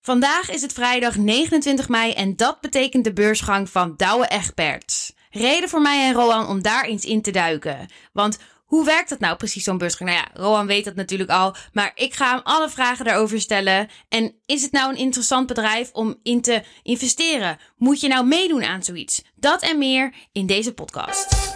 Vandaag is het vrijdag 29 mei en dat betekent de beursgang van Douwe Egberts. Reden voor mij en Rowan om daar eens in te duiken. Want hoe werkt dat nou precies, zo'n beursgang? Nou ja, Rowan weet dat natuurlijk al, maar ik ga hem alle vragen daarover stellen. En is het nou een interessant bedrijf om in te investeren? Moet je nou meedoen aan zoiets? Dat en meer in deze podcast.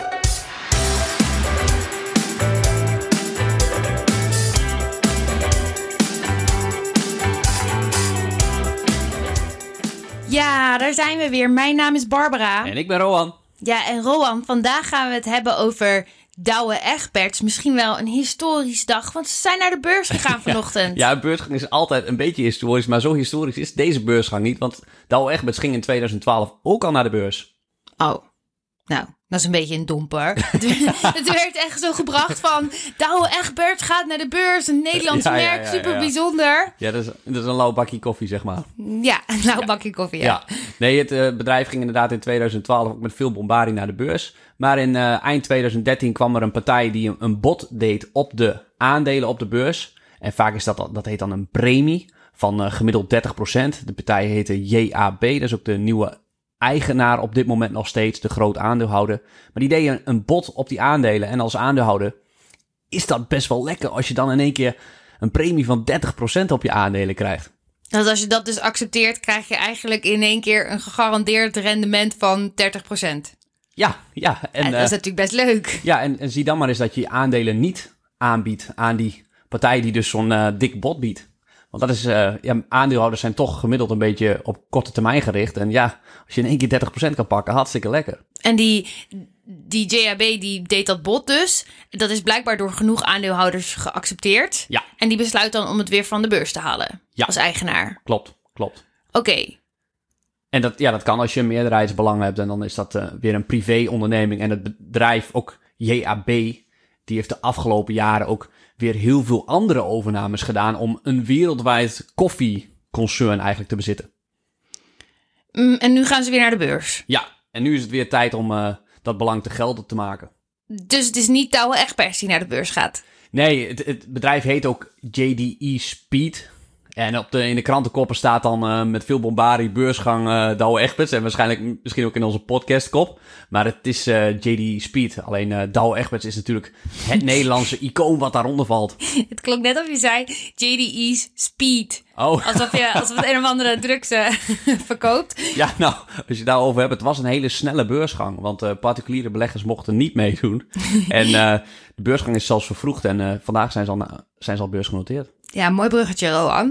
Ja, daar zijn we weer. Mijn naam is Barbara. En ik ben Rowan. Ja, en Rowan, vandaag gaan we het hebben over Douwe Egberts. Misschien wel een historisch dag, want ze zijn naar de beurs gegaan vanochtend. Ja, een beursgang is altijd een beetje historisch, maar zo historisch is deze beursgang niet. Want Douwe Egberts ging in 2012 ook al naar de beurs. Oh, nou, dat is een beetje een domper. Het werd echt zo gebracht van Douwe Egberts gaat naar de beurs. Een Nederlands merk, super bijzonder. Ja, dat is een lauw bakje koffie, zeg maar. Ja, een lauw bakje koffie, ja. Nee, het bedrijf ging inderdaad in 2012 ook met veel bombardie naar de beurs. Maar in eind 2013 kwam er een partij die een bod deed op de aandelen op de beurs. En vaak is dat heet dan een premie van gemiddeld 30%. De partij heette JAB, dat is ook de nieuwe eigenaar op dit moment nog steeds, de groot aandeelhouder. Maar die deed een bod op die aandelen. En als aandeelhouder is dat best wel lekker als je dan in één keer een premie van 30% op je aandelen krijgt. Dus als je dat dus accepteert, krijg je eigenlijk in één keer een gegarandeerd rendement van 30%. Ja. En dat is natuurlijk best leuk. Ja, en zie dan maar eens dat je je aandelen niet aanbiedt aan die partij die dus zo'n dik bod biedt. Want dat is, aandeelhouders zijn toch gemiddeld een beetje op korte termijn gericht. En ja, als je in één keer 30% kan pakken, hartstikke lekker. En die JAB die deed dat bod dus. Dat is blijkbaar door genoeg aandeelhouders geaccepteerd. Ja. En die besluit dan om het weer van de beurs te halen. Ja. Als eigenaar. Klopt. Oké. En dat kan als je een meerderheidsbelang hebt. En dan is dat weer een privéonderneming. En het bedrijf, ook JAB, die heeft de afgelopen jaren ook weer heel veel andere overnames gedaan om een wereldwijd koffieconcern eigenlijk te bezitten. En nu gaan ze weer naar de beurs. Ja, en nu is het weer tijd om dat belang te gelden te maken. Dus het is niet Douwe Egberts die naar de beurs gaat? Nee, het bedrijf heet ook JDE Speed. En in de krantenkoppen staat dan met veel bombardie beursgang Douwe Egberts. En waarschijnlijk misschien ook in onze podcastkop. Maar het is JDE Speed. Alleen Douwe Egberts is natuurlijk het Nederlandse icoon wat daaronder valt. Het klonk net of je zei JDE Speed. Oh. Alsof het een of andere drugs verkoopt. Ja, nou, als je het daarover hebt. Het was een hele snelle beursgang. Want particuliere beleggers mochten niet meedoen. En de beursgang is zelfs vervroegd. En vandaag zijn ze al beursgenoteerd. Ja, mooi bruggetje, Rowan.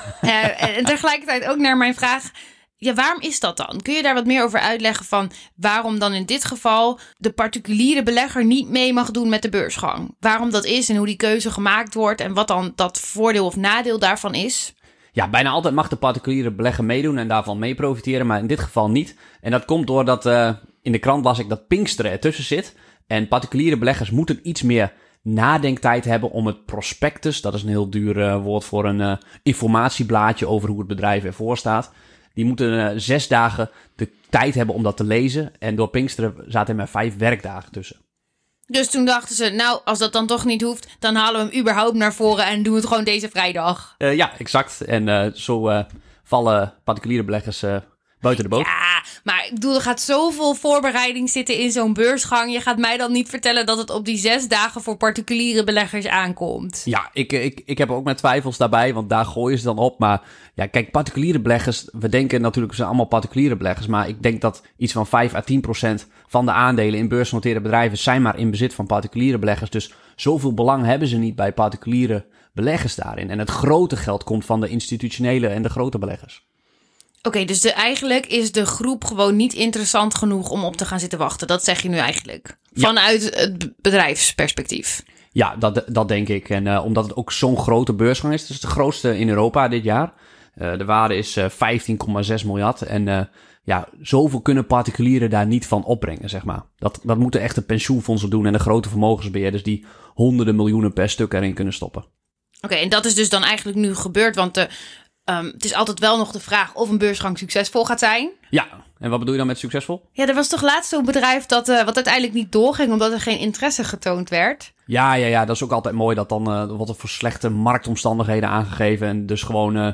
En tegelijkertijd ook naar mijn vraag. Ja, waarom is dat dan? Kun je daar wat meer over uitleggen van waarom dan in dit geval de particuliere belegger niet mee mag doen met de beursgang? Waarom dat is en hoe die keuze gemaakt wordt en wat dan dat voordeel of nadeel daarvan is? Ja, bijna altijd mag de particuliere belegger meedoen en daarvan mee profiteren, maar in dit geval niet. En dat komt doordat in de krant las ik dat Pinksteren ertussen zit. En particuliere beleggers moeten iets meer nadenktijd hebben om het prospectus, dat is een heel duur woord voor een informatieblaadje over hoe het bedrijf ervoor staat. Die moeten 6 dagen de tijd hebben om dat te lezen. En door Pinksteren zaten er maar 5 werkdagen tussen. Dus toen dachten ze, nou, als dat dan toch niet hoeft, dan halen we hem überhaupt naar voren en doen we het gewoon deze vrijdag. Ja, exact. En zo vallen particuliere beleggers buiten de boot. Ja, maar ik bedoel, er gaat zoveel voorbereiding zitten in zo'n beursgang. Je gaat mij dan niet vertellen dat het op die 6 dagen voor particuliere beleggers aankomt. Ja, ik heb ook mijn twijfels daarbij, want daar gooien ze dan op. Maar ja, kijk, particuliere beleggers, we denken natuurlijk, ze zijn allemaal particuliere beleggers. Maar ik denk dat iets van 5-10% van de aandelen in beursgenoteerde bedrijven zijn maar in bezit van particuliere beleggers. Dus zoveel belang hebben ze niet bij particuliere beleggers daarin. En het grote geld komt van de institutionele en de grote beleggers. Oké, dus eigenlijk is de groep gewoon niet interessant genoeg om op te gaan zitten wachten. Dat zeg je nu eigenlijk. Vanuit het bedrijfsperspectief. Ja, dat denk ik. En omdat het ook zo'n grote beursgang is. Het is de grootste in Europa dit jaar. De waarde is 15,6 miljard. En zoveel kunnen particulieren daar niet van opbrengen, zeg maar. Dat moeten echte pensioenfondsen doen en de grote vermogensbeheerders die honderden miljoenen per stuk erin kunnen stoppen. Oké, en dat is dus dan eigenlijk nu gebeurd, want het is altijd wel nog de vraag of een beursgang succesvol gaat zijn. Ja, en wat bedoel je dan met succesvol? Ja, er was toch laatst zo'n bedrijf wat uiteindelijk niet doorging omdat er geen interesse getoond werd. Ja, dat is ook altijd mooi dat dan wordt er voor slechte marktomstandigheden aangegeven en dus gewoon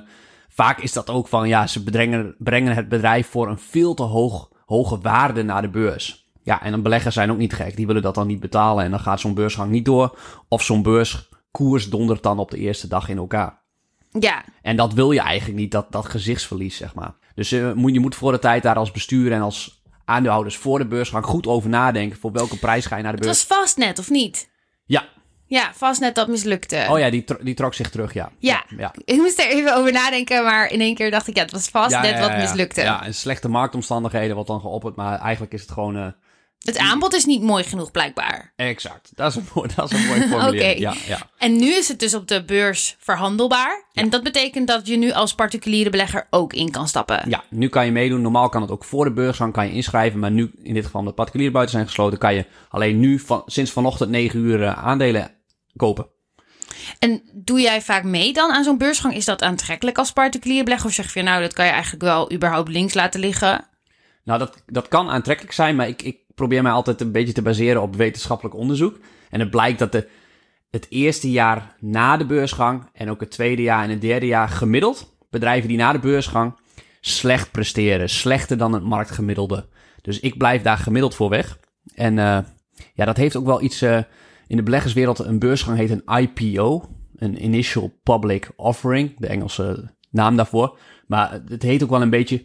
vaak is dat ook van, ja, ze brengen het bedrijf voor een veel te hoge waarde naar de beurs. Ja, en dan beleggers zijn ook niet gek. Die willen dat dan niet betalen en dan gaat zo'n beursgang niet door. Of zo'n beurskoers dondert dan op de eerste dag in elkaar. Ja. En dat wil je eigenlijk niet, dat gezichtsverlies, zeg maar. Dus je moet voor de tijd daar als bestuur en als aandeelhouders voor de beursgang goed over nadenken. Voor welke prijs ga je naar de beurs? Het was Fastnet, of niet? Ja. Ja, Fastnet dat mislukte. Oh ja, die trok zich terug, ja. Ja, ik moest er even over nadenken, maar in één keer dacht ik, ja, het was Fastnet wat mislukte. Ja, en slechte marktomstandigheden wat dan geopperd, maar eigenlijk is het gewoon... het aanbod is niet mooi genoeg, blijkbaar. Exact, dat is een mooie formulering. Oké. Ja. En nu is het dus op de beurs verhandelbaar. Ja. En dat betekent dat je nu als particuliere belegger ook in kan stappen. Ja, nu kan je meedoen. Normaal kan het ook voor de beursgang, kan je inschrijven. Maar nu, in dit geval omdat particulieren buiten zijn gesloten, kan je alleen nu sinds vanochtend 9 uur aandelen kopen. En doe jij vaak mee dan aan zo'n beursgang? Is dat aantrekkelijk als particuliere belegger? Of zeg je van, nou, dat kan je eigenlijk wel überhaupt links laten liggen? Nou, dat kan aantrekkelijk zijn, maar ik probeer mij altijd een beetje te baseren op wetenschappelijk onderzoek. En het blijkt dat het eerste jaar na de beursgang en ook het tweede jaar en het derde jaar gemiddeld bedrijven die na de beursgang slecht presteren. Slechter dan het marktgemiddelde. Dus ik blijf daar gemiddeld voor weg. En dat heeft ook wel iets... in de beleggerswereld, een beursgang heet een IPO. Een Initial Public Offering. De Engelse naam daarvoor. Maar het heet ook wel een beetje...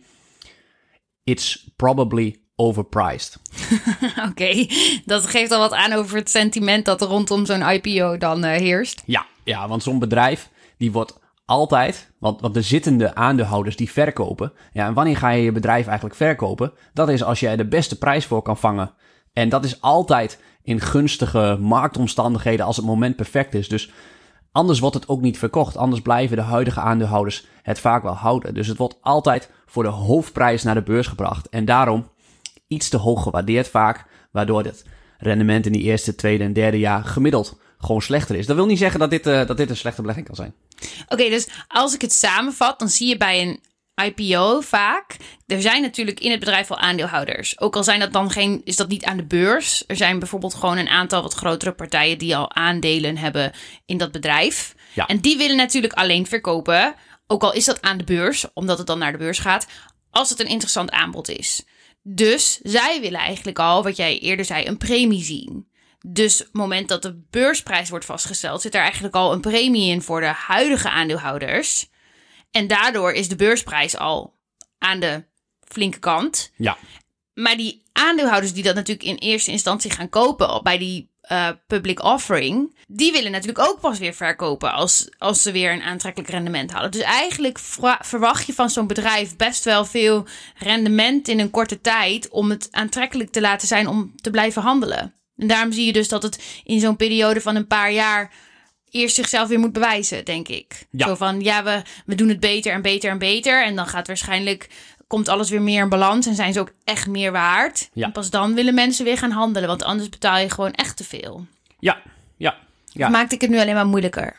It's probably overpriced. Oké, dat geeft al wat aan over het sentiment dat er rondom zo'n IPO dan heerst. Ja, want zo'n bedrijf, die wordt altijd... Want de zittende aandeelhouders die verkopen... Ja, en wanneer ga je je bedrijf eigenlijk verkopen? Dat is als je er de beste prijs voor kan vangen. En dat is altijd in gunstige marktomstandigheden als het moment perfect is. Dus anders wordt het ook niet verkocht. Anders blijven de huidige aandeelhouders het vaak wel houden. Dus het wordt altijd voor de hoofdprijs naar de beurs gebracht. En daarom iets te hoog gewaardeerd vaak. Waardoor het rendement in die eerste, tweede en derde jaar gemiddeld gewoon slechter is. Dat wil niet zeggen dat dit een slechte belegging kan zijn. Oké, dus als ik het samenvat, dan zie je bij een IPO vaak. Er zijn natuurlijk in het bedrijf al aandeelhouders. Ook al zijn dat dan is dat niet aan de beurs. Er zijn bijvoorbeeld gewoon een aantal wat grotere partijen die al aandelen hebben in dat bedrijf. Ja. En die willen natuurlijk alleen verkopen. Ook al is dat aan de beurs, omdat het dan naar de beurs gaat. Als het een interessant aanbod is. Dus zij willen eigenlijk al, wat jij eerder zei, een premie zien. Dus op het moment dat de beursprijs wordt vastgesteld, zit er eigenlijk al een premie in voor de huidige aandeelhouders. En daardoor is de beursprijs al aan de flinke kant. Ja. Maar die aandeelhouders die dat natuurlijk in eerste instantie gaan kopen bij die public offering, die willen natuurlijk ook pas weer verkopen als ze weer een aantrekkelijk rendement halen. Dus eigenlijk verwacht je van zo'n bedrijf best wel veel rendement in een korte tijd om het aantrekkelijk te laten zijn om te blijven handelen. En daarom zie je dus dat het in zo'n periode van een paar jaar eerst zichzelf weer moet bewijzen, denk ik. Ja. Zo van, ja, we doen het beter en beter en beter. En dan komt alles weer meer in balans en zijn ze ook echt meer waard. Ja. En pas dan willen mensen weer gaan handelen, want anders betaal je gewoon echt te veel. Ja. Of maakte ik het nu alleen maar moeilijker?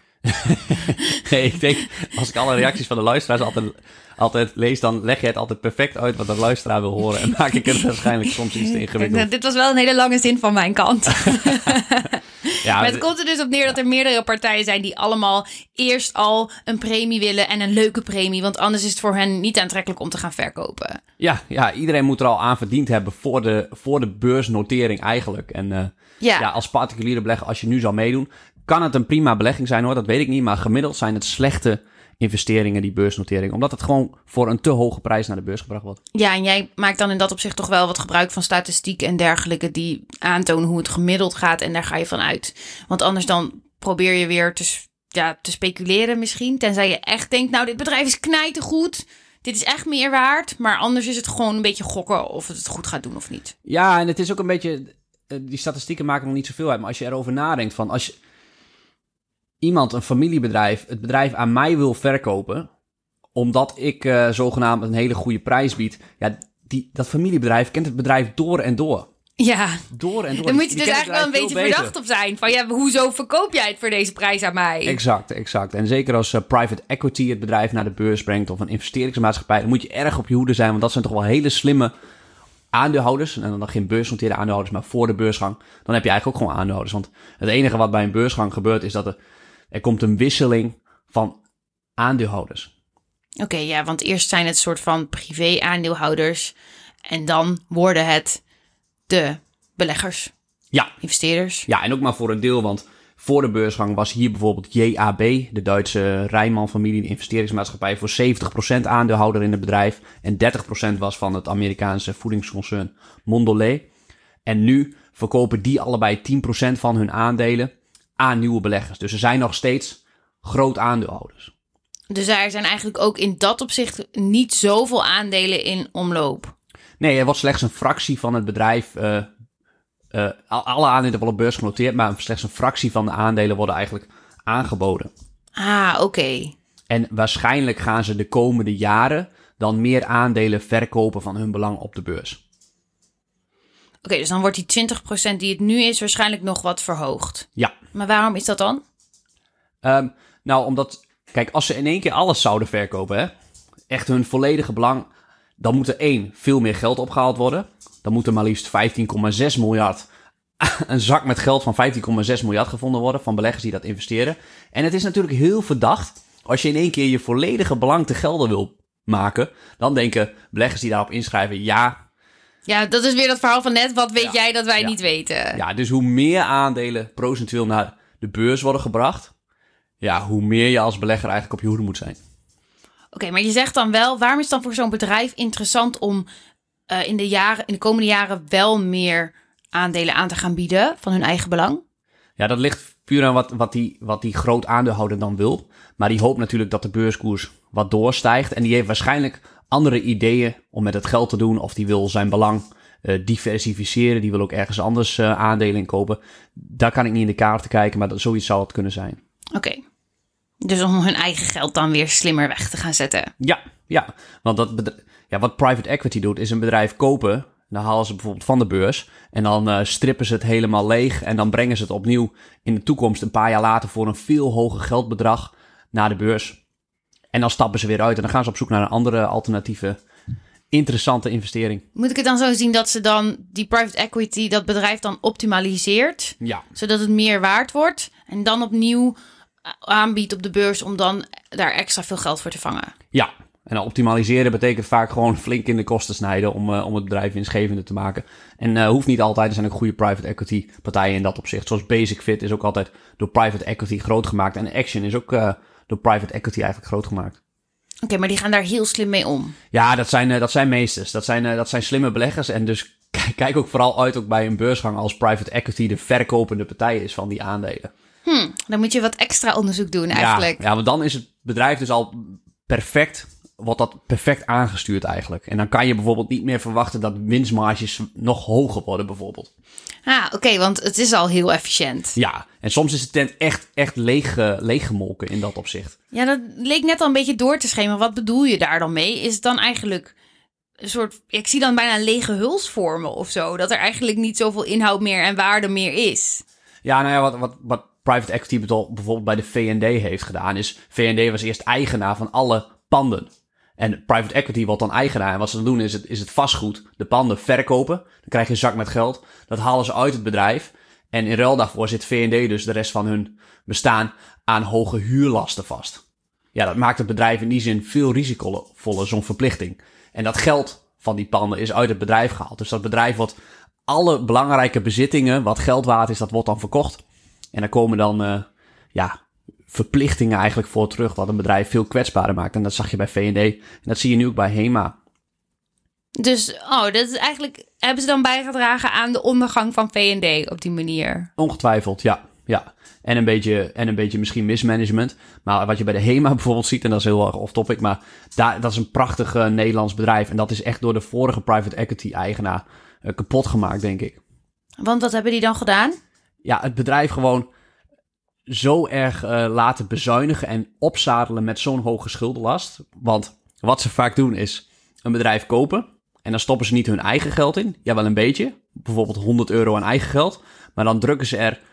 Nee, ik denk, als ik alle reacties van de luisteraars altijd lees, dan leg je het altijd perfect uit wat de luisteraar wil horen. En maak ik het waarschijnlijk soms iets te ingewikkeld. Dit was wel een hele lange zin van mijn kant. Maar het komt er dus op neer dat er meerdere partijen zijn die allemaal eerst al een premie willen en een leuke premie. Want anders is het voor hen niet aantrekkelijk om te gaan verkopen. Ja, iedereen moet er al aan verdiend hebben voor de beursnotering eigenlijk. En als particuliere belegger, als je nu zou meedoen, kan het een prima belegging zijn hoor, dat weet ik niet. Maar gemiddeld zijn het slechte investeringen, die beursnotering. Omdat het gewoon voor een te hoge prijs naar de beurs gebracht wordt. Ja, en jij maakt dan in dat opzicht toch wel wat gebruik van statistiek en dergelijke die aantonen hoe het gemiddeld gaat en daar ga je van uit. Want anders dan probeer je weer te speculeren misschien. Tenzij je echt denkt, nou dit bedrijf is knijtergoed. Dit is echt meer waard. Maar anders is het gewoon een beetje gokken of het goed gaat doen of niet. Ja, en het is ook een beetje, die statistieken maken nog niet zoveel uit. Maar als je erover nadenkt van als je een familiebedrijf, het bedrijf aan mij wil verkopen, omdat ik zogenaamd een hele goede prijs bied. Ja, dat familiebedrijf kent het bedrijf door en door. Ja, door en door. Dan moet je dus eigenlijk wel een beetje verdacht op zijn. Van ja, hoezo verkoop jij het voor deze prijs aan mij? Exact. En zeker als private equity het bedrijf naar de beurs brengt of een investeringsmaatschappij, dan moet je erg op je hoede zijn, want dat zijn toch wel hele slimme aandeelhouders. En dan geen beursgenoteerde aandeelhouders, maar voor de beursgang. Dan heb je eigenlijk ook gewoon aandeelhouders. Want het enige wat bij een beursgang gebeurt is dat er komt een wisseling van aandeelhouders. Oké, ja, want eerst zijn het soort van privé-aandeelhouders en dan worden het de beleggers, Ja. investeerders. Ja, en ook maar voor een deel, want voor de beursgang was hier bijvoorbeeld JAB, de Duitse Rijnman-familie, de investeringsmaatschappij, voor 70% aandeelhouder in het bedrijf. En 30% was van het Amerikaanse voedingsconcern Mondelez. En nu verkopen die allebei 10% van hun aandelen aan nieuwe beleggers. Dus er zijn nog steeds groot aandeelhouders. Dus er zijn eigenlijk ook in dat opzicht niet zoveel aandelen in omloop. Nee, er wordt slechts een fractie van het bedrijf. Alle aandelen worden op beurs genoteerd, maar slechts een fractie van de aandelen worden eigenlijk aangeboden. Ah, oké. En waarschijnlijk gaan ze de komende jaren dan meer aandelen verkopen van hun belang op de beurs. Oké, dus dan wordt die 20% die het nu is waarschijnlijk nog wat verhoogd. Ja. Maar waarom is dat dan? Nou, omdat, kijk, als ze in één keer alles zouden verkopen, hè, echt hun volledige belang, dan moet er veel meer geld opgehaald worden. Dan moet er maar liefst 15,6 miljard, een zak met geld van 15,6 miljard gevonden worden van beleggers die dat investeren. En het is natuurlijk heel verdacht als je in één keer je volledige belang te gelden wil maken. Dan denken beleggers die daarop inschrijven, ja, Ja, dat is weer dat verhaal van net. Wat weet Ja. jij dat wij Ja. niet weten? ja, dus hoe meer aandelen procentueel naar de beurs worden gebracht, ja, hoe meer je als belegger eigenlijk op je hoede moet zijn. Oké, maar je zegt dan wel, waarom is het dan voor zo'n bedrijf interessant om in de komende jaren wel meer aandelen aan te gaan bieden van hun eigen belang? Ja, dat ligt puur aan wat die groot aandeelhouder dan wil. Maar die hoopt natuurlijk dat de beurskoers wat doorstijgt. En die heeft waarschijnlijk andere ideeën om met het geld te doen. Of die wil zijn belang diversificeren. Die wil ook ergens anders aandelen inkopen. Daar kan ik niet in de kaarten kijken, maar zoiets zou het kunnen zijn. Oké. Dus om hun eigen geld dan weer slimmer weg te gaan zetten. Ja. Want wat private equity doet, is een bedrijf kopen. Dan halen ze bijvoorbeeld van de beurs. En dan strippen ze het helemaal leeg. En dan brengen ze het opnieuw in de toekomst een paar jaar later voor een veel hoger geldbedrag naar de beurs. En dan stappen ze weer uit. En dan gaan ze op zoek naar een andere alternatieve, interessante investering. Moet ik het dan zo zien dat ze dan die private equity, dat bedrijf dan optimaliseert, Ja. zodat het meer waard wordt en dan opnieuw aanbiedt op de beurs om dan daar extra veel geld voor te vangen? Ja. En dan optimaliseren betekent vaak gewoon flink in de kosten snijden om het bedrijf winstgevender te maken. En hoeft niet altijd. Er zijn ook goede private equity partijen in dat opzicht. Zoals Basic Fit is ook altijd door private equity groot gemaakt. En Action is ook door private equity eigenlijk groot gemaakt. Oké, maar die gaan daar heel slim mee om. Ja, dat zijn meesters. Dat zijn slimme beleggers. En dus kijk ook vooral uit ook bij een beursgang als private equity de verkopende partij is van die aandelen. Dan moet je wat extra onderzoek doen eigenlijk. Ja, want dan is het bedrijf dus al perfect, wordt dat perfect aangestuurd eigenlijk. En dan kan je bijvoorbeeld niet meer verwachten dat winstmarges nog hoger worden bijvoorbeeld. Oké, want het is al heel efficiënt. Ja, en soms is de tent echt leeggemolken in dat opzicht. Ja, dat leek net al een beetje door te schemeren. Wat bedoel je daar dan mee? Is het dan eigenlijk een soort, ik zie dan bijna lege huls vormen of zo. Dat er eigenlijk niet zoveel inhoud meer en waarde meer is. Ja, nou ja, wat private equity bijvoorbeeld bij de V&D heeft gedaan is, V&D was eerst eigenaar van alle panden. En private equity wordt dan eigenaar. En wat ze dan doen is het vastgoed, de panden verkopen. Dan krijg je een zak met geld. Dat halen ze uit het bedrijf. En in ruil daarvoor zit V&D dus de rest van hun bestaan aan hoge huurlasten vast. Ja, dat maakt het bedrijf in die zin veel risicovoller, zo'n verplichting. En dat geld van die panden is uit het bedrijf gehaald. Dus dat bedrijf wordt alle belangrijke bezittingen, wat geld waard is, dat wordt dan verkocht. En daar komen dan verplichtingen eigenlijk voor terug, wat een bedrijf veel kwetsbaarder maakt. En dat zag je bij V&D. En dat zie je nu ook bij HEMA. Dus, dat is eigenlijk, hebben ze dan bijgedragen aan de ondergang van V&D op die manier? Ongetwijfeld, ja. En een beetje misschien mismanagement. Maar wat je bij de HEMA bijvoorbeeld ziet, en dat is heel erg off-topic, maar dat is een prachtig Nederlands bedrijf. En dat is echt door de vorige private equity-eigenaar kapot gemaakt, denk ik. Want wat hebben die dan gedaan? Ja, het bedrijf gewoon zo erg laten bezuinigen en opzadelen met zo'n hoge schuldenlast. Want wat ze vaak doen is een bedrijf kopen en dan stoppen ze niet hun eigen geld in. Ja, wel een beetje. Bijvoorbeeld €100 aan eigen geld. Maar dan drukken ze er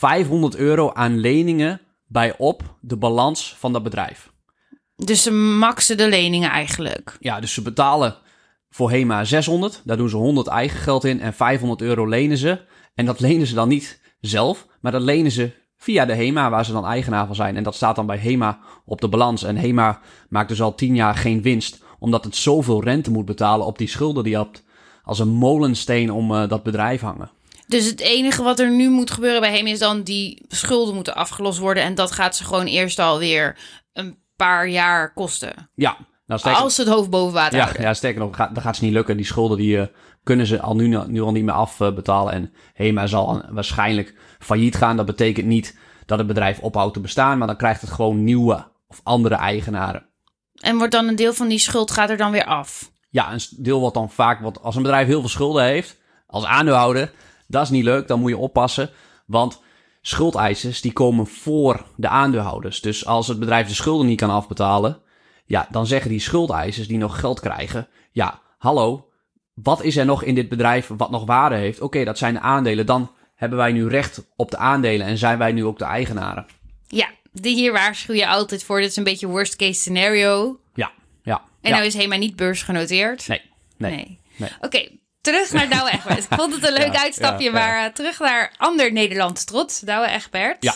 €500 aan leningen bij op de balans van dat bedrijf. Dus ze maxen de leningen eigenlijk. Ja, dus ze betalen voor HEMA 600. Daar doen ze 100 eigen geld in en €500 lenen ze. En dat lenen ze dan niet zelf, maar dat lenen ze via de HEMA, waar ze dan eigenaar van zijn. En dat staat dan bij HEMA op de balans. En HEMA maakt dus al 10 jaar geen winst, omdat het zoveel rente moet betalen op die schulden die je hebt als een molensteen om dat bedrijf hangen. Dus het enige wat er nu moet gebeuren bij HEMA is dan die schulden moeten afgelost worden. En dat gaat ze gewoon eerst alweer een paar jaar kosten. Ja. Nou, als ze het hoofd boven water houden. Ja, sterker nog, dat gaat ze niet lukken. Die schulden die kunnen ze al nu al niet meer afbetalen. En HEMA zal waarschijnlijk failliet gaan. Dat betekent niet dat het bedrijf ophoudt te bestaan, maar dan krijgt het gewoon nieuwe of andere eigenaren. En wordt dan een deel van die schuld gaat er dan weer af? Ja, een deel wordt dan vaak, want als een bedrijf heel veel schulden heeft, als aandeelhouder, dat is niet leuk. Dan moet je oppassen, want schuldeisers die komen voor de aandeelhouders. Dus als het bedrijf de schulden niet kan afbetalen, ja, dan zeggen die schuldeisers die nog geld krijgen, ja, hallo, wat is er nog in dit bedrijf wat nog waarde heeft? Oké, dat zijn de aandelen. Dan hebben wij nu recht op de aandelen en zijn wij nu ook de eigenaren. Ja, hier waarschuw je altijd voor. Dit is een beetje worst case scenario. Ja. En nou is HEMA niet beursgenoteerd. Nee. Oké, terug naar Douwe Egberts. Ik vond het een leuk uitstapje, maar terug naar ander Nederlands trots, Douwe Egberts. Ja.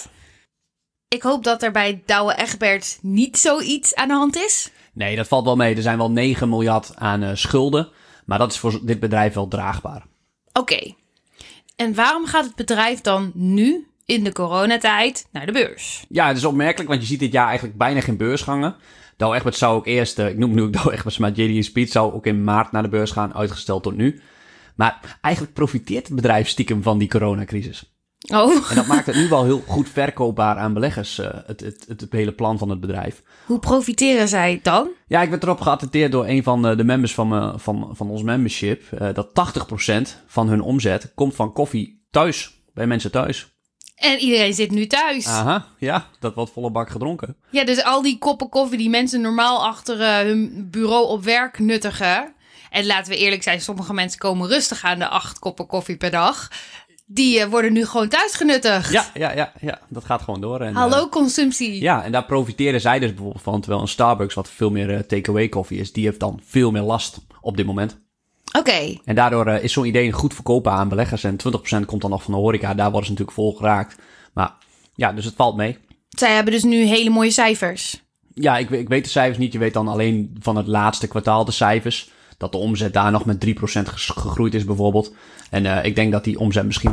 Ik hoop dat er bij Douwe Egberts niet zoiets aan de hand is. Nee, dat valt wel mee. Er zijn wel 9 miljard aan schulden. Maar dat is voor dit bedrijf wel draagbaar. Oké. En waarom gaat het bedrijf dan nu, in de coronatijd, naar de beurs? Ja, het is opmerkelijk, want je ziet dit jaar eigenlijk bijna geen beursgangen. Douwe Egberts zou ook eerst, ik noem nu ook Douwe Egberts, maar JD Speed zou ook in maart naar de beurs gaan, uitgesteld tot nu. Maar eigenlijk profiteert het bedrijf stiekem van die coronacrisis. Oh. En dat maakt het nu wel heel goed verkoopbaar aan beleggers, het hele plan van het bedrijf. Hoe profiteren zij dan? Ja, ik werd erop geattendeerd door een van de members van ons membership, dat 80% van hun omzet komt van koffie thuis, bij mensen thuis. En iedereen zit nu thuis. Aha, ja, dat wordt volle bak gedronken. Ja, dus al die koppen koffie die mensen normaal achter hun bureau op werk nuttigen. En laten we eerlijk zijn, sommige mensen komen rustig aan de 8 koppen koffie per dag. Die worden nu gewoon thuis genuttigd. Ja, dat gaat gewoon door. En, hallo consumptie. Ja, en daar profiteren zij dus bijvoorbeeld van. Terwijl een Starbucks, wat veel meer takeaway koffie is, die heeft dan veel meer last op dit moment. Oké. En daardoor is zo'n idee goed verkopen aan beleggers. En 20% komt dan nog van de horeca. Daar worden ze natuurlijk vol geraakt. Maar ja, dus het valt mee. Zij hebben dus nu hele mooie cijfers. Ja, ik weet de cijfers niet. Je weet dan alleen van het laatste kwartaal de cijfers. Dat de omzet daar nog met 3% gegroeid is bijvoorbeeld. En ik denk dat die omzet misschien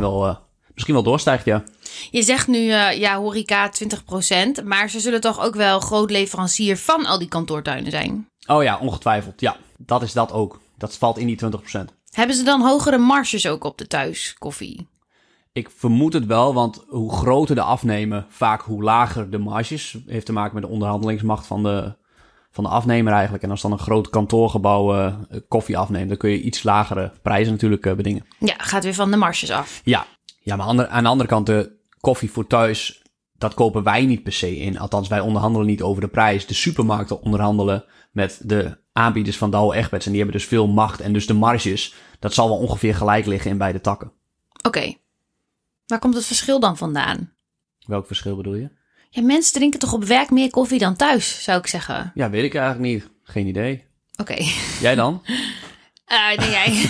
wel doorstijgt, ja. Je zegt nu, horeca 20%. Maar ze zullen toch ook wel groot leverancier van al die kantoortuinen zijn? Oh ja, ongetwijfeld. Ja, dat is dat ook. Dat valt in die 20%. Hebben ze dan hogere marges ook op de thuiskoffie? Ik vermoed het wel, want hoe groter de afnemer, vaak hoe lager de marges. Heeft te maken met de onderhandelingsmacht van de afnemer eigenlijk. En als dan een groot kantoorgebouw koffie afneemt, dan kun je iets lagere prijzen natuurlijk bedingen. Ja, gaat weer van de marges af. Ja, maar aan de andere kant, de koffie voor thuis, dat kopen wij niet per se in. Althans, wij onderhandelen niet over de prijs. De supermarkten onderhandelen met de aanbieders van Douwe Egberts. En die hebben dus veel macht. En dus de marges, dat zal wel ongeveer gelijk liggen in beide takken. Oké. Waar komt het verschil dan vandaan? Welk verschil bedoel je? Ja, mensen drinken toch op werk meer koffie dan thuis, zou ik zeggen. Ja, weet ik eigenlijk niet. Geen idee. Oké. Jij dan? Nee, jij.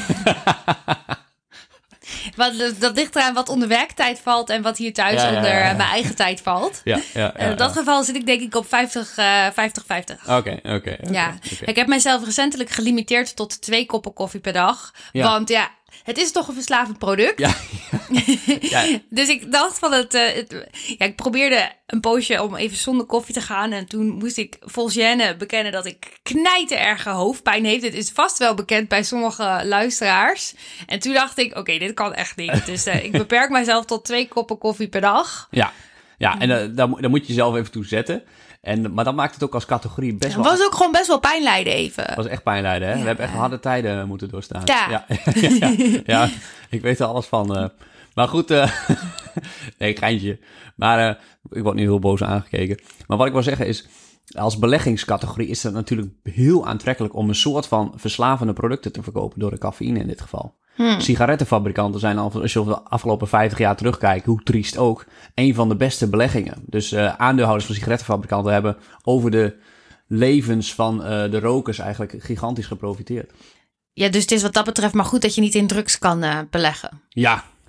Dat ligt eraan wat onder werktijd valt en wat hier thuis onder mijn eigen tijd valt. In dat geval zit ik denk ik op 50-50. Oké. Ja, ik heb mijzelf recentelijk gelimiteerd tot 2 koppen koffie per dag. Ja. Want ja, het is toch een verslavend product. Ja. Dus ik dacht van ik probeerde een poosje om even zonder koffie te gaan. En toen moest ik vol gêne bekennen dat ik knijtererge hoofdpijn heeft. Dit is vast wel bekend bij sommige luisteraars. En toen dacht ik, oké, dit kan echt niet. Dus ik beperk mijzelf tot 2 koppen koffie per dag. Ja, en daar moet je jezelf even toe zetten. Maar dat maakt het ook als categorie best wel... Het was ook gewoon best wel pijnlijden even. Het was echt pijnlijden, hè? Ja. We hebben echt harde tijden moeten doorstaan. Ja, Ik weet er alles van. Maar goed, nee, geintje. Maar ik word nu heel boos aangekeken. Maar wat ik wil zeggen is, als beleggingscategorie is het natuurlijk heel aantrekkelijk om een soort van verslavende producten te verkopen door de cafeïne in dit geval. Sigarettenfabrikanten zijn al, als je over de afgelopen 50 jaar terugkijkt, hoe triest ook, een van de beste beleggingen. Dus aandeelhouders van sigarettenfabrikanten hebben over de levens van de rokers eigenlijk gigantisch geprofiteerd. Ja, dus het is wat dat betreft maar goed dat je niet in drugs kan beleggen. Ja,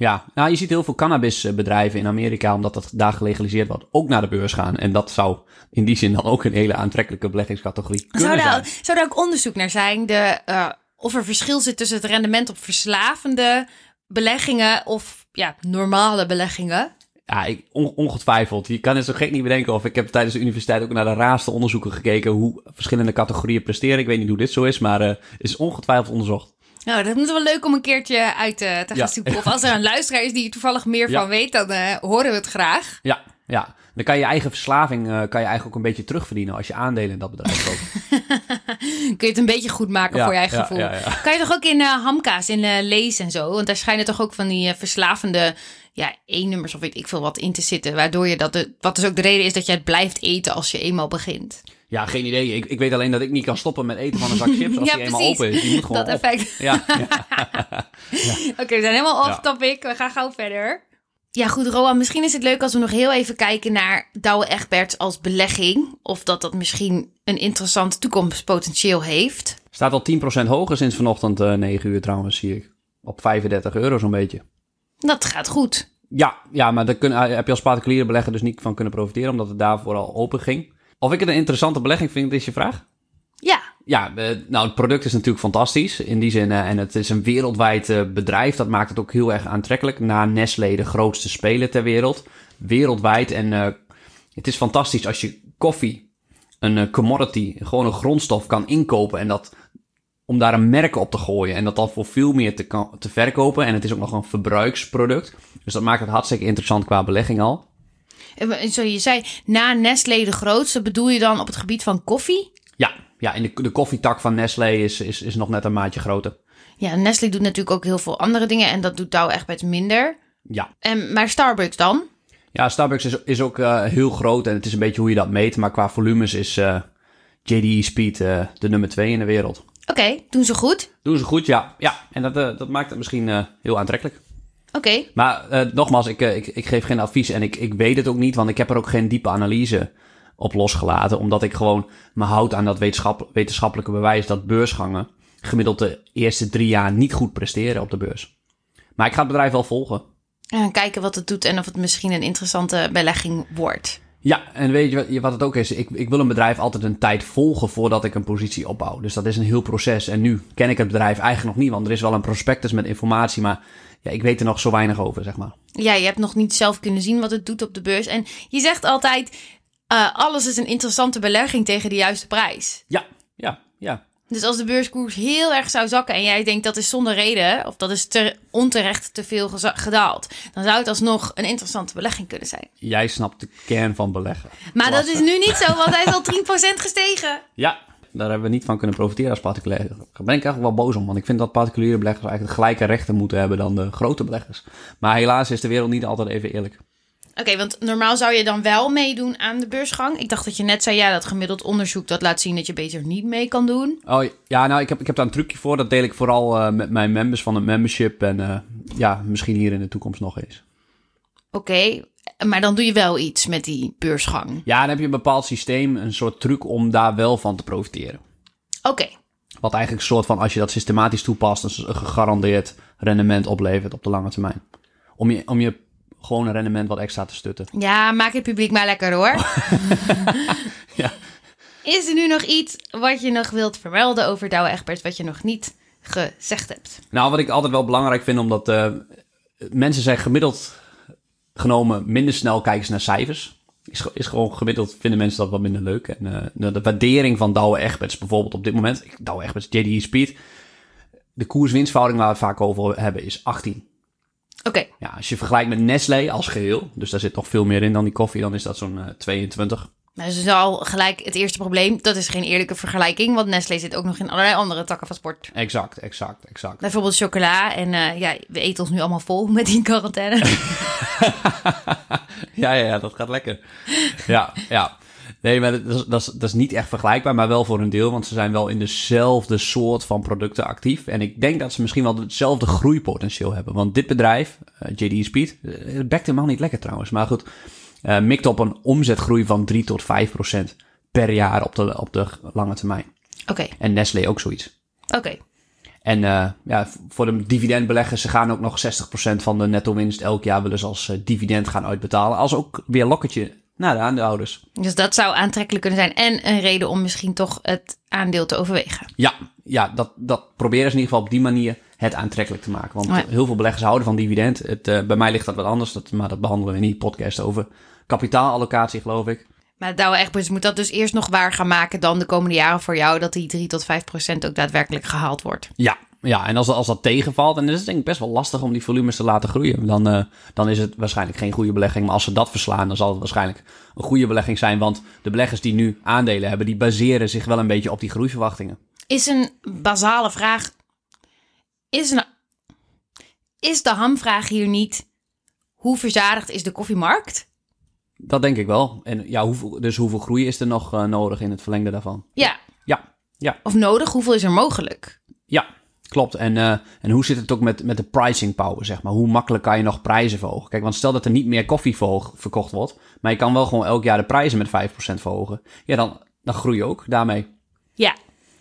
Ja, nou je ziet heel veel cannabisbedrijven in Amerika, omdat dat daar gelegaliseerd wordt, ook naar de beurs gaan. En dat zou in die zin dan ook een hele aantrekkelijke beleggingscategorie kunnen zijn. Zou daar ook onderzoek naar zijn? Of er verschil zit tussen het rendement op verslavende beleggingen of normale beleggingen? Ja, ongetwijfeld. Je kan het zo gek niet bedenken. Of ik heb tijdens de universiteit ook naar de raarste onderzoeken gekeken hoe verschillende categorieën presteren. Ik weet niet hoe dit zo is, maar is ongetwijfeld onderzocht. Nou, dat moet wel leuk om een keertje uit te gaan zoeken. Of als er een luisteraar is die er toevallig meer van weet, dan horen we het graag. Ja. Dan kan je eigen verslaving eigenlijk ook een beetje terugverdienen als je aandelen in dat bedrijf koopt. Kun je het een beetje goed maken voor je eigen gevoel. Ja. Kan je toch ook in hamka's, in Lees en zo? Want daar schijnen toch ook van die verslavende E-nummers of weet ik veel wat in te zitten. Waardoor je wat dus ook de reden is dat je het blijft eten als je eenmaal begint. Ja, geen idee. Ik weet alleen dat ik niet kan stoppen met eten van een zak chips als die eenmaal open is. Die moet gewoon dat effect. Ja. Oké, we zijn helemaal off topic. We gaan gauw verder. Ja, goed, Rowan. Misschien is het leuk als we nog heel even kijken naar Douwe Egberts als belegging. Of dat misschien een interessant toekomstpotentieel heeft. Staat al 10% hoger sinds vanochtend 9 uur trouwens, zie ik. Op €35 zo'n beetje. Dat gaat goed. Ja, maar daar heb je als particuliere belegger dus niet van kunnen profiteren, omdat het daarvoor al open ging. Of ik het een interessante belegging vind, is je vraag? Ja, het product is natuurlijk fantastisch in die zin. En het is een wereldwijd bedrijf. Dat maakt het ook heel erg aantrekkelijk. Na Nestlé de grootste speler ter wereld. Wereldwijd. En het is fantastisch als je koffie, een commodity, gewoon een grondstof kan inkopen. En om daar een merk op te gooien. En dat dan voor veel meer te verkopen. En het is ook nog een verbruiksproduct. Dus dat maakt het hartstikke interessant qua belegging al. Zo, je zei na Nestlé de grootste. Bedoel je dan op het gebied van koffie? Ja, en de koffietak van Nestlé is nog net een maatje groter. Ja, Nestlé doet natuurlijk ook heel veel andere dingen. En dat doet Douwe Egberts minder. Ja. Maar Starbucks dan? Ja, Starbucks is ook heel groot. En het is een beetje hoe je dat meet. Maar qua volumes is JDE Speed de nummer 2 in de wereld. Oké, doen ze goed? Doen ze goed, ja. En dat maakt het misschien heel aantrekkelijk. Oké. Maar nogmaals, ik geef geen advies. En ik weet het ook niet, want ik heb er ook geen diepe analyse op losgelaten, omdat ik gewoon me houd aan dat wetenschappelijke bewijs dat beursgangen gemiddeld de eerste 3 jaar niet goed presteren op de beurs. Maar ik ga het bedrijf wel volgen. En kijken wat het doet en of het misschien een interessante belegging wordt. Ja, en weet je wat het ook is? Ik wil een bedrijf altijd een tijd volgen voordat ik een positie opbouw. Dus dat is een heel proces. En nu ken ik het bedrijf eigenlijk nog niet, want er is wel een prospectus met informatie, maar ik weet er nog zo weinig over, zeg maar. Ja, je hebt nog niet zelf kunnen zien wat het doet op de beurs. En je zegt altijd, alles is een interessante belegging tegen de juiste prijs. Ja. Dus als de beurskoers heel erg zou zakken en jij denkt dat is zonder reden, of dat is onterecht te veel gedaald, dan zou het alsnog een interessante belegging kunnen zijn. Jij snapt de kern van beleggen. Maar dat is nu niet zo, want hij is al 10% gestegen. Ja, daar hebben we niet van kunnen profiteren als particulier. Daar ben ik eigenlijk wel boos om, want ik vind dat particuliere beleggers eigenlijk gelijke rechten moeten hebben dan de grote beleggers. Maar helaas is de wereld niet altijd even eerlijk. Oké, want normaal zou je dan wel meedoen aan de beursgang. Ik dacht dat je net zei, dat gemiddeld onderzoek dat laat zien dat je beter niet mee kan doen. Oh ja, nou ik heb daar een trucje voor. Dat deel ik vooral met mijn members van het membership. En misschien hier in de toekomst nog eens. Oké, maar dan doe je wel iets met die beursgang. Ja, dan heb je een bepaald systeem, een soort truc om daar wel van te profiteren. Oké. Wat eigenlijk een soort van, als je dat systematisch toepast, een gegarandeerd rendement oplevert op de lange termijn. Om je gewoon een rendement wat extra te stutten. Ja, maak het publiek maar lekker hoor. Ja. Is er nu nog iets wat je nog wilt vermelden over Douwe Egberts, wat je nog niet gezegd hebt? Nou, wat ik altijd wel belangrijk vind, omdat mensen zijn gemiddeld genomen minder snel kijken naar cijfers. Is gewoon gemiddeld, vinden mensen dat wat minder leuk. En de waardering van Douwe Egberts bijvoorbeeld op dit moment, Douwe Egberts, JDE Speed, de koers-winstverhouding waar we het vaak over hebben is 18. Oké. Ja, als je vergelijkt met Nestlé als geheel, dus daar zit nog veel meer in dan die koffie, dan is dat zo'n 22. Nou, dus al gelijk het eerste probleem, dat is geen eerlijke vergelijking, want Nestlé zit ook nog in allerlei andere takken van sport. Exact. Bijvoorbeeld chocola en we eten ons nu allemaal vol met die quarantaine. Ja, dat gaat lekker. Ja. Nee, maar dat is niet echt vergelijkbaar, maar wel voor een deel, want ze zijn wel in dezelfde soort van producten actief. En ik denk dat ze misschien wel hetzelfde groeipotentieel hebben. Want dit bedrijf, JDE Speed, het bekt helemaal niet lekker trouwens, maar goed, mikt op een omzetgroei van 3 tot 5% per jaar op de lange termijn. Oké. En Nestlé ook zoiets. Oké. En voor de dividendbeleggers, ze gaan ook nog 60% van de netto winst elk jaar willen ze als dividend gaan uitbetalen. Als ook weer lokketje naar de aandeelhouders. Dus dat zou aantrekkelijk kunnen zijn. En een reden om misschien toch het aandeel te overwegen. Ja, dat proberen ze in ieder geval op die manier het aantrekkelijk te maken. Want heel veel beleggers houden van dividend. Bij mij ligt dat wat anders, maar dat behandelen we in die podcast over kapitaalallocatie, geloof ik. Maar Douwe Egberts moet dat dus eerst nog waar gaan maken dan de komende jaren voor jou, dat die 3 tot 5% ook daadwerkelijk gehaald wordt. Ja, en als dat tegenvalt, dan is het denk ik best wel lastig om die volumes te laten groeien. Dan is het waarschijnlijk geen goede belegging. Maar als ze dat verslaan, dan zal het waarschijnlijk een goede belegging zijn. Want de beleggers die nu aandelen hebben, die baseren zich wel een beetje op die groeiverwachtingen. Is een basale vraag, is de hamvraag hier niet, hoe verzadigd is de koffiemarkt? Dat denk ik wel. En ja, hoeveel groei is er nog nodig in het verlengde daarvan? Ja. Ja. Of nodig, hoeveel is er mogelijk? Ja, klopt. En hoe zit het ook met de pricing power, zeg maar? Hoe makkelijk kan je nog prijzen verhogen? Kijk, want stel dat er niet meer koffie verkocht wordt, maar je kan wel gewoon elk jaar de prijzen met 5% verhogen. Ja, dan groei je ook daarmee. Ja.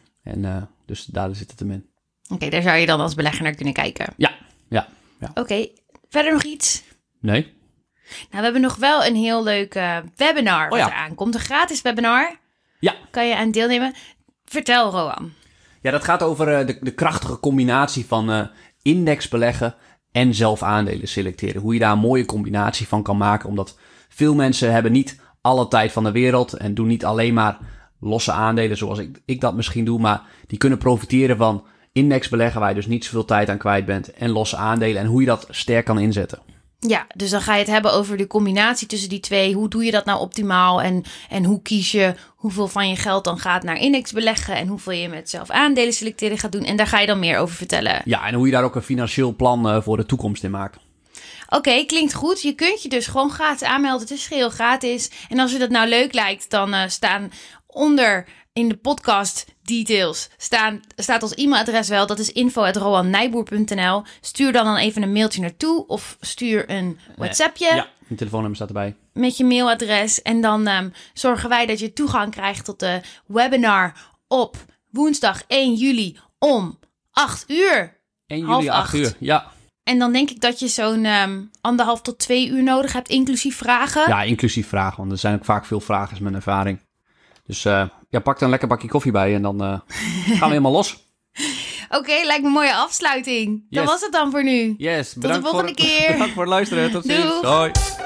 En dus daar zit het hem in. Oké, daar zou je dan als belegger naar kunnen kijken. Ja. Oké, verder nog iets? Nee. Nou, we hebben nog wel een heel leuk webinar wat er aankomt. Een gratis webinar. Ja. Kan je aan deelnemen? Vertel, Roan. Ja, dat gaat over de krachtige combinatie van indexbeleggen en zelf aandelen selecteren. Hoe je daar een mooie combinatie van kan maken. Omdat veel mensen hebben niet alle tijd van de wereld en doen niet alleen maar losse aandelen zoals ik dat misschien doe. Maar die kunnen profiteren van indexbeleggen waar je dus niet zoveel tijd aan kwijt bent. En losse aandelen en hoe je dat sterk kan inzetten. Ja, dus dan ga je het hebben over de combinatie tussen die twee. Hoe doe je dat nou optimaal? En hoe kies je hoeveel van je geld dan gaat naar indexbeleggen en hoeveel je met zelf aandelen selecteren gaat doen. En daar ga je dan meer over vertellen. Ja, en hoe je daar ook een financieel plan voor de toekomst in maakt. Oké, klinkt goed. Je kunt je dus gewoon gratis aanmelden. Het is geheel gratis. En als je dat nou leuk lijkt, dan staan onder in de podcast details staat ons e-mailadres wel. Dat is info@roannijboer.nl. Stuur dan even een mailtje naartoe of stuur een WhatsAppje. Ja, mijn telefoonnummer staat erbij. Met je mailadres. En dan zorgen wij dat je toegang krijgt tot de webinar op woensdag 1 juli om 8 uur. 1 juli 8 uur, ja. En dan denk ik dat je zo'n 1,5 tot 2 uur nodig hebt, inclusief vragen. Ja, inclusief vragen, want er zijn ook vaak veel vragen, is mijn ervaring. Dus pak er een lekker bakje koffie bij en dan gaan we helemaal los. Oké, lijkt me een mooie afsluiting. Yes. Dat was het dan voor nu. Yes, tot de volgende keer. Bedankt voor het luisteren. Tot ziens. Doeg. Hoi.